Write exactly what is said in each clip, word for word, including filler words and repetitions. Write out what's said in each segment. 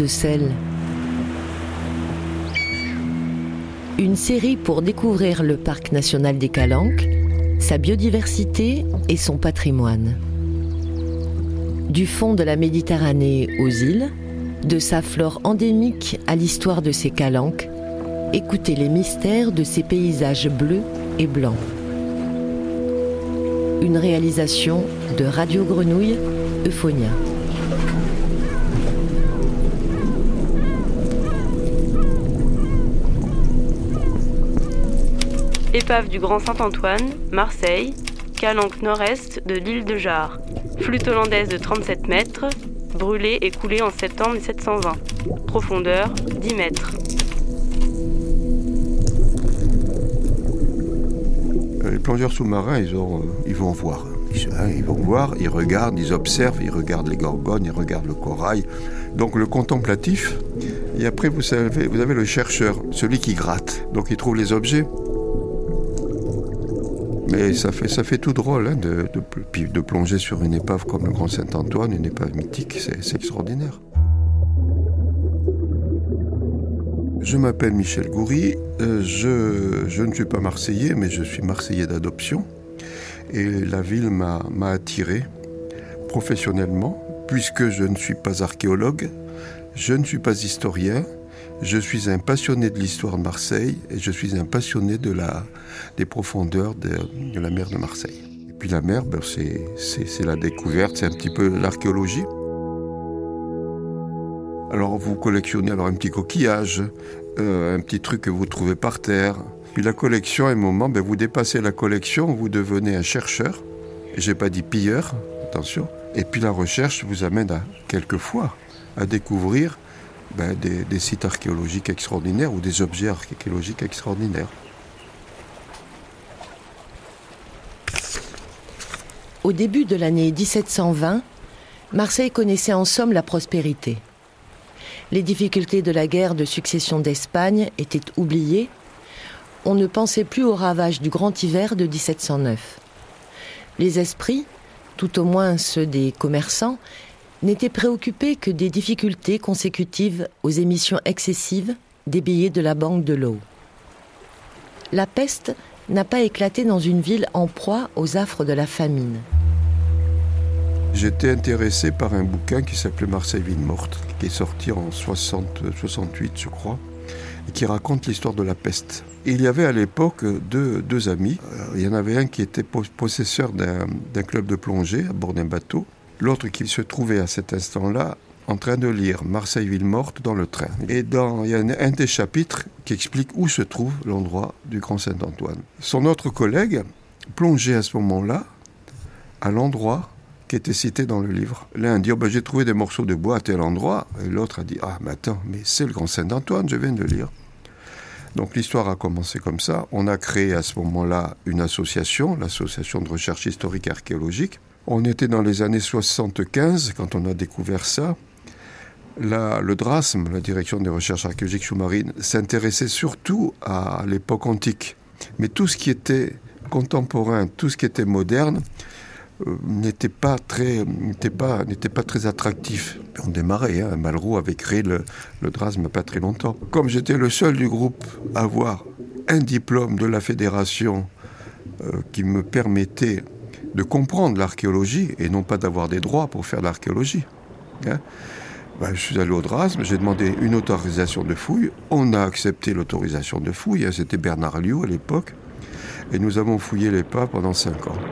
de sel. Une série pour découvrir le parc national des Calanques, sa biodiversité et son patrimoine. Du fond de la Méditerranée aux îles, de sa flore endémique à l'histoire de ses calanques, écoutez les mystères de ces paysages bleus et blancs. Une réalisation de Radio Grenouille, Euphonia. Épave du Grand Saint-Antoine, Marseille, calanque nord-est de l'île de Jard. Flûte hollandaise de trente-sept mètres, brûlée et coulée en septembre sept cent vingt. Profondeur, dix mètres. Les plongeurs sous-marins, ils, ont, ils vont voir. Ils vont voir, ils regardent, ils observent, ils regardent les gorgones, ils regardent le corail. Donc le contemplatif, et après vous savez, vous avez le chercheur, celui qui gratte. Donc il trouve les objets. Mais ça fait, ça fait tout drôle hein, de, de, de plonger sur une épave comme le Grand Saint-Antoine, une épave mythique, c'est, c'est extraordinaire. Je m'appelle Michel Goury, euh, je, je ne suis pas marseillais, mais je suis marseillais d'adoption. Et la ville m'a, m'a attiré professionnellement, puisque je ne suis pas archéologue, je ne suis pas historien, je suis un passionné de l'histoire de Marseille et je suis un passionné de la, des profondeurs de, de la mer de Marseille. Et puis la mer, ben c'est, c'est, c'est la découverte, c'est un petit peu l'archéologie. Alors vous collectionnez alors un petit coquillage, euh, un petit truc que vous trouvez par terre. Puis la collection, à un moment, ben vous dépassez la collection, vous devenez un chercheur. Et j'ai pas dit pilleur, attention. Et puis la recherche vous amène à, quelquefois à découvrir ben, des, des sites archéologiques extraordinaires ou des objets archéologiques extraordinaires. Au début de l'année dix-sept cent vingt, Marseille connaissait en somme la prospérité. Les difficultés de la guerre de succession d'Espagne étaient oubliées. On ne pensait plus aux ravages du grand hiver de dix-sept cent neuf. Les esprits, tout au moins ceux des commerçants, n'étaient préoccupés que des difficultés consécutives aux émissions excessives des billets de la Banque de l'Eau. La peste n'a pas éclaté dans une ville en proie aux affres de la famine. J'étais intéressé par un bouquin qui s'appelait Marseille ville morte, qui est sorti en soixante, soixante-huit, je crois, et qui raconte l'histoire de la peste. Et il y avait à l'époque deux, deux amis. Il y en avait un qui était possesseur d'un, d'un club de plongée à bord d'un bateau, l'autre qui se trouvait à cet instant-là en train de lire Marseille ville morte dans le train. Et dans, il y a un, un des chapitres qui explique où se trouve l'endroit du Grand Saint-Antoine. Son autre collègue plongeait à ce moment-là à l'endroit qui était cité dans le livre. L'un dit oh ben, « j'ai trouvé des morceaux de bois à tel endroit » et l'autre a dit « ah mais attends, mais c'est le Grand Saint-Antoine, je viens de le lire ». Donc l'histoire a commencé comme ça. On a créé à ce moment-là une association, l'association de recherche historique et archéologique. On était dans les années soixante-quinze quand on a découvert ça. La, le D R A S M, la Direction des recherches archéologiques sous-marines, s'intéressait surtout à l'époque antique. Mais tout ce qui était contemporain, tout ce qui était moderne, euh, n'était pas très, n'était pas, n'était pas très attractif. On démarrait, hein, Malraux avait créé le, le D R A S M il n'y a pas très longtemps. Comme j'étais le seul du groupe à avoir un diplôme de la fédération euh, qui me permettait de comprendre l'archéologie et non pas d'avoir des droits pour faire de l'archéologie. Hein. Ben, je suis allé au D R A S M, j'ai demandé une autorisation de fouille. On a accepté l'autorisation de fouille, hein, c'était Bernard Liot à l'époque, et nous avons fouillé l'épave pendant cinq ans.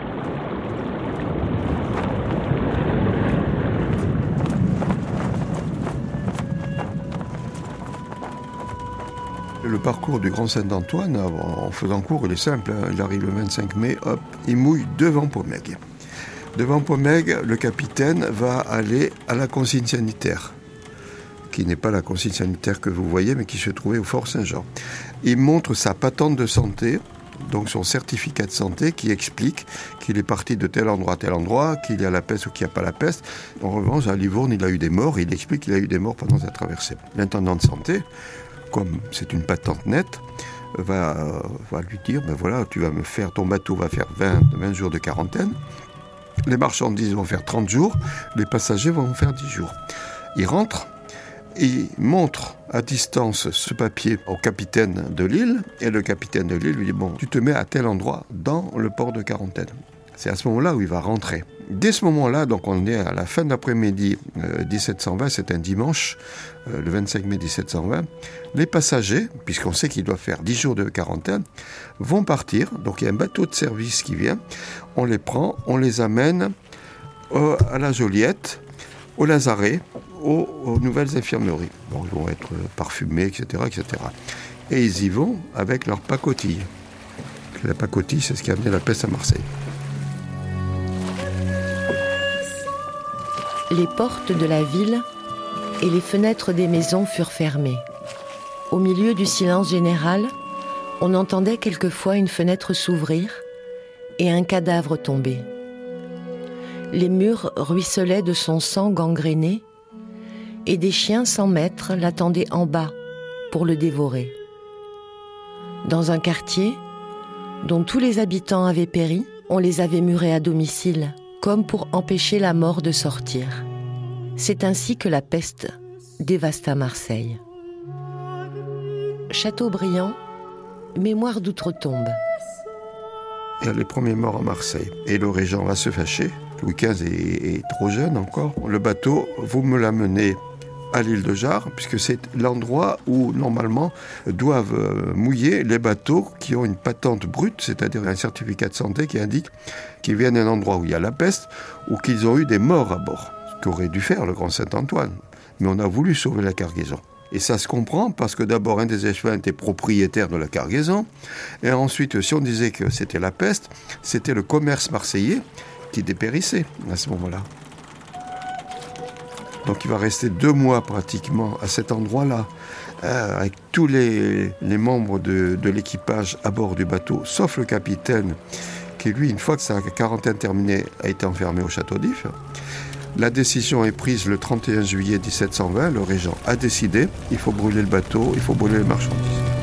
Le parcours du Grand Saint-Antoine, en faisant court, il est simple. Hein. Il arrive le vingt-cinq mai, hop, il mouille devant Pomègue. Devant Pomègue, le capitaine va aller à la consigne sanitaire, qui n'est pas la consigne sanitaire que vous voyez, mais qui se trouvait au Fort Saint-Jean. Il montre sa patente de santé, donc son certificat de santé, qui explique qu'il est parti de tel endroit à tel endroit, qu'il y a la peste ou qu'il n'y a pas la peste. En revanche, à Livourne, il a eu des morts, il explique qu'il a eu des morts pendant sa traversée. L'intendant de santé, comme c'est une patente nette, va, euh, va lui dire, ben voilà, tu vas me faire, ton bateau va faire vingt, vingt jours de quarantaine, les marchandises vont faire trente jours, les passagers vont faire dix jours. Il rentre, il montre à distance ce papier au capitaine de l'île, et le capitaine de l'île lui dit « Bon, tu te mets à tel endroit dans le port de quarantaine ». C'est à ce moment-là où il va rentrer. Dès ce moment-là, donc on est à la fin de l'après-midi euh, dix-sept cent vingt, c'est un dimanche, euh, le vingt-cinq mai dix-sept cent vingt, les passagers, puisqu'on sait qu'ils doivent faire dix jours de quarantaine, vont partir. Donc il y a un bateau de service qui vient, on les prend, on les amène euh, à la Joliette, au Lazaret, aux, aux nouvelles infirmeries. Bon, ils vont être parfumés, et cetera, et cetera. Et ils y vont avec leur pacotille. La pacotille, c'est ce qui a amené la peste à Marseille. Les portes de la ville et les fenêtres des maisons furent fermées. Au milieu du silence général, on entendait quelquefois une fenêtre s'ouvrir et un cadavre tomber. Les murs ruisselaient de son sang gangréné et des chiens sans maître l'attendaient en bas pour le dévorer. Dans un quartier dont tous les habitants avaient péri, on les avait murés à domicile, comme pour empêcher la mort de sortir. C'est ainsi que la peste dévasta Marseille. Chateaubriand, Mémoire d'outre-tombe. Il y a les premiers morts à Marseille. Et le régent va se fâcher. Louis quinze est, est trop jeune encore. Le bateau, vous me l'amenez à l'île de Jard, puisque c'est l'endroit où, normalement, doivent mouiller les bateaux qui ont une patente brute, c'est-à-dire un certificat de santé qui indique qu'ils viennent d'un endroit où il y a la peste ou qu'ils ont eu des morts à bord. Ce qu'aurait dû faire le Grand Saint-Antoine. Mais on a voulu sauver la cargaison. Et ça se comprend parce que d'abord, un des échevins était propriétaire de la cargaison. Et ensuite, si on disait que c'était la peste, c'était le commerce marseillais qui dépérissait à ce moment-là. Donc il va rester deux mois pratiquement à cet endroit-là, euh, avec tous les, les membres de, de l'équipage à bord du bateau, sauf le capitaine, qui lui, une fois que sa quarantaine terminée, a été enfermé au château d'If. La décision est prise le trente et un juillet dix-sept cent vingt, le régent a décidé, il faut brûler le bateau, il faut brûler les marchandises.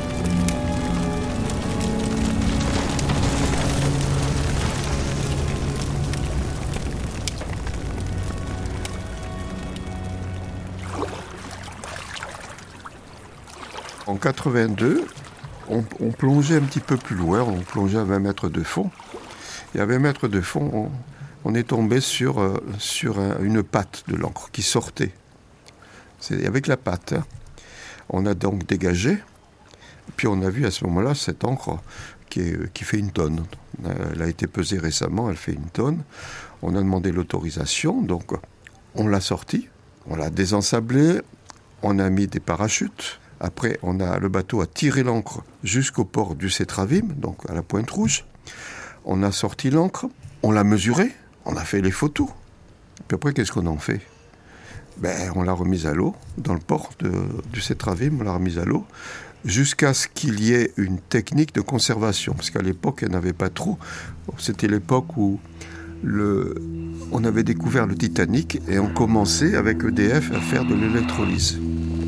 En quatre-vingt-deux, on, on plongeait un petit peu plus loin, on plongeait à vingt mètres de fond. Et à vingt mètres de fond, on, on est tombé sur, euh, sur un, une patte de l'encre qui sortait. C'est avec la patte. Hein. On a donc dégagé, puis on a vu à ce moment-là cette encre qui, est, qui fait une tonne. Elle a été pesée récemment, elle fait une tonne. On a demandé l'autorisation, donc on l'a sortie, on l'a désensablée, on a mis des parachutes. Après, on a, le bateau a tiré l'ancre jusqu'au port du Cétravim, donc à la Pointe Rouge. On a sorti l'ancre, on l'a mesurée, on a fait les photos. Puis après, qu'est-ce qu'on en fait ? Ben, on l'a remise à l'eau, dans le port de, du Cétravim, on l'a remise à l'eau, jusqu'à ce qu'il y ait une technique de conservation. Parce qu'à l'époque, il n'y en avait pas trop. C'était l'époque où le, on avait découvert le Titanic et on commençait avec E D F à faire de l'électrolyse.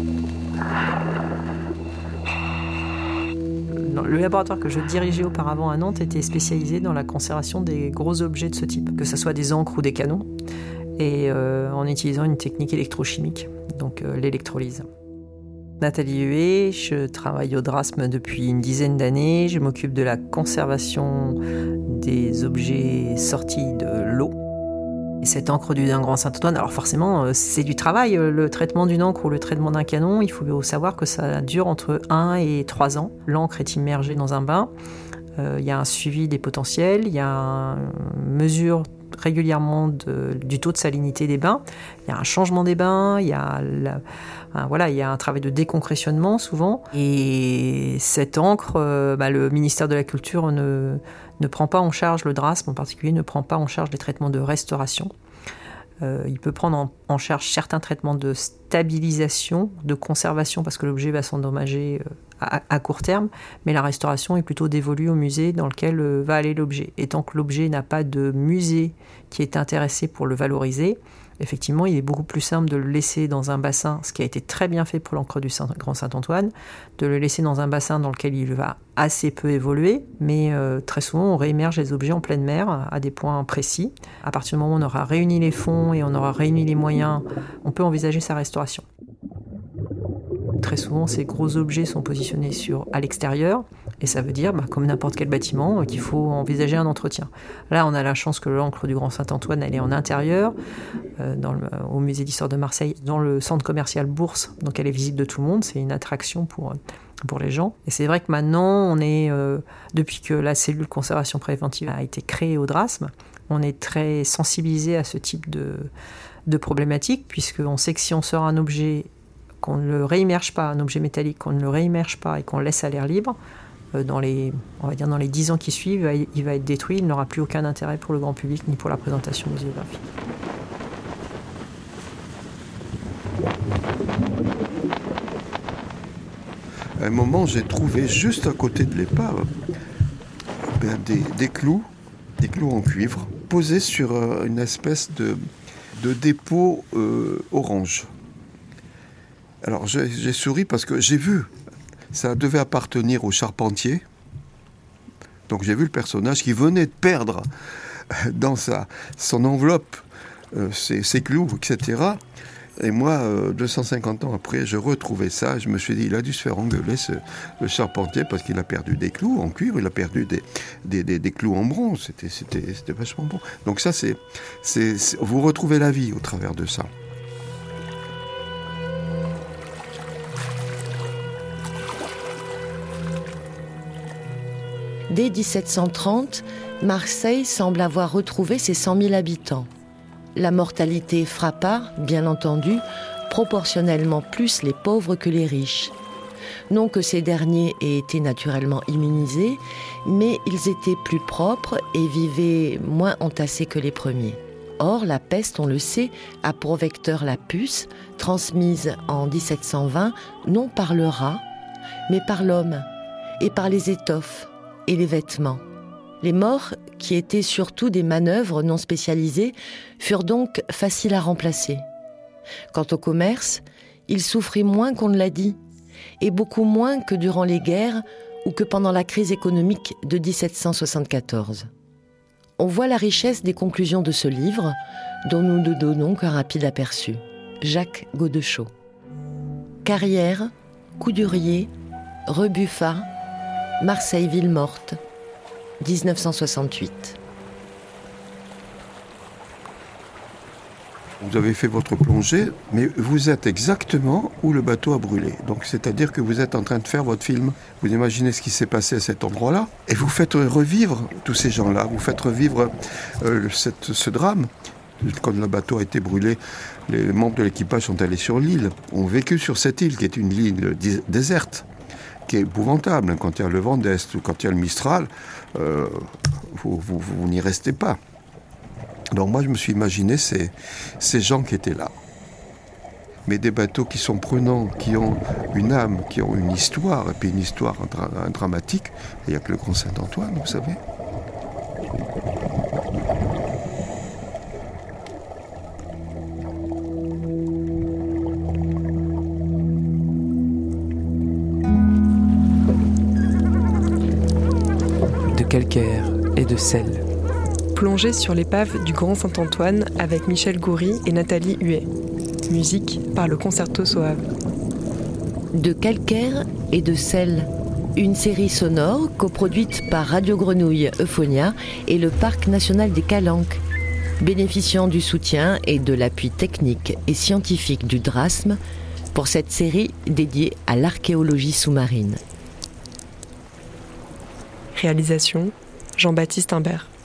Le laboratoire que je dirigeais auparavant à Nantes était spécialisé dans la conservation des gros objets de ce type, que ce soit des encres ou des canons, et euh, en utilisant une technique électrochimique, donc euh, l'électrolyse. Nathalie Huet, je travaille au Drasme depuis une dizaine d'années, je m'occupe de la conservation des objets sortis de l'eau. Et cette encre du d'un Grand Saint-Antoine, alors forcément, c'est du travail. Le traitement d'une encre ou le traitement d'un canon, il faut savoir que ça dure entre un et trois ans. L'encre est immergée dans un bain. Euh, il y a un suivi des potentiels, il y a une mesure régulièrement de, du taux de salinité des bains. Il y a un changement des bains, il y a, la, un, voilà, il y a un travail de déconcressionnement souvent. Et cette encre, euh, bah, le ministère de la Culture ne... ne prend pas en charge, le Drasme en particulier, ne prend pas en charge les traitements de restauration. Euh, il peut prendre en, en charge certains traitements de stabilisation, de conservation, parce que l'objet va s'endommager euh, à, à court terme, mais la restauration est plutôt dévolue au musée dans lequel euh, va aller l'objet. Et tant que l'objet n'a pas de musée qui est intéressé pour le valoriser, effectivement, il est beaucoup plus simple de le laisser dans un bassin, ce qui a été très bien fait pour l'encre du Saint- Grand Saint-Antoine, de le laisser dans un bassin dans lequel il va assez peu évoluer, mais euh, très souvent on réémerge les objets en pleine mer à des points précis. À partir du moment où on aura réuni les fonds et on aura réuni les moyens, on peut envisager sa restauration. Très souvent, ces gros objets sont positionnés sur, à l'extérieur, et ça veut dire, bah, comme n'importe quel bâtiment, qu'il faut envisager un entretien. Là, on a la chance que l'encre du Grand Saint-Antoine, elle est en intérieur, euh, dans le, au Musée d'Histoire de Marseille, dans le centre commercial Bourse, donc elle est visible de tout le monde, c'est une attraction pour, pour les gens. Et c'est vrai que maintenant, on est, euh, depuis que la cellule conservation préventive a été créée au Drasme, on est très sensibilisé à ce type de, de problématique, puisqu'on sait que si on sort un objet, qu'on ne le réimmerge pas, un objet métallique, qu'on ne le réimmerge pas et qu'on le laisse à l'air libre, euh, dans les, on va dire dans les dix ans qui suivent, il va être détruit, il n'aura plus aucun intérêt pour le grand public ni pour la présentation muséographique. À un moment, j'ai trouvé juste à côté de l'épave ben, des, des clous, des clous en cuivre, posés sur euh, une espèce de, de dépôt euh, orange. Alors j'ai, j'ai souri parce que j'ai vu, ça devait appartenir au charpentier. Donc j'ai vu le personnage qui venait de perdre dans sa, son enveloppe euh, ses, ses clous, et cetera. Et moi, euh, deux cent cinquante ans après, je retrouvais ça. Je me suis dit, il a dû se faire engueuler, ce, le charpentier, parce qu'il a perdu des clous en cuivre, il a perdu des, des, des, des clous en bronze. C'était, c'était, c'était vachement bon. Donc ça, c'est, c'est, c'est, vous retrouvez la vie au travers de ça. Dès dix-sept cent trente, Marseille semble avoir retrouvé ses cent mille habitants. La mortalité frappa, bien entendu, proportionnellement plus les pauvres que les riches. Non que ces derniers aient été naturellement immunisés, mais ils étaient plus propres et vivaient moins entassés que les premiers. Or, la peste, on le sait, a pour vecteur la puce, transmise en dix-sept cent vingt, non par le rat, mais par l'homme, et par les étoffes et les vêtements. Les morts, qui étaient surtout des manœuvres non spécialisées, furent donc faciles à remplacer. Quant au commerce, il souffrit moins qu'on ne l'a dit, et beaucoup moins que durant les guerres ou que pendant la crise économique de dix-sept cent soixante-quatorze. On voit la richesse des conclusions de ce livre, dont nous ne donnons qu'un rapide aperçu. Jacques Godeschaux. Carrière, Coudurier, Rebuffat, Marseille ville morte, dix-neuf cent soixante-huit. Vous avez fait votre plongée, mais vous êtes exactement où le bateau a brûlé. Donc, c'est-à-dire que vous êtes en train de faire votre film. Vous imaginez ce qui s'est passé à cet endroit-là, et vous faites revivre tous ces gens-là. Vous faites revivre euh, cette, ce drame. Quand le bateau a été brûlé, les membres de l'équipage sont allés sur l'île, ont vécu sur cette île, qui est une île déserte, qui est épouvantable. Quand il y a le vent d'est ou quand il y a le Mistral, euh, vous, vous, vous n'y restez pas. Donc moi, je me suis imaginé ces, ces gens qui étaient là. Mais des bateaux qui sont prenants, qui ont une âme, qui ont une histoire, et puis une histoire un dra- un dramatique. Il n'y a que le Grand Saint-Antoine, vous savez. De calcaire et de sel. Plongée sur l'épave du Grand Saint-Antoine avec Michel Goury et Nathalie Huet. Musique par le Concerto Soave. De calcaire et de sel. Une série sonore coproduite par Radio Grenouille Euphonia et le Parc national des Calanques, bénéficiant du soutien et de l'appui technique et scientifique du Drasme pour cette série dédiée à l'archéologie sous-marine. Réalisation Jean-Baptiste Imbert.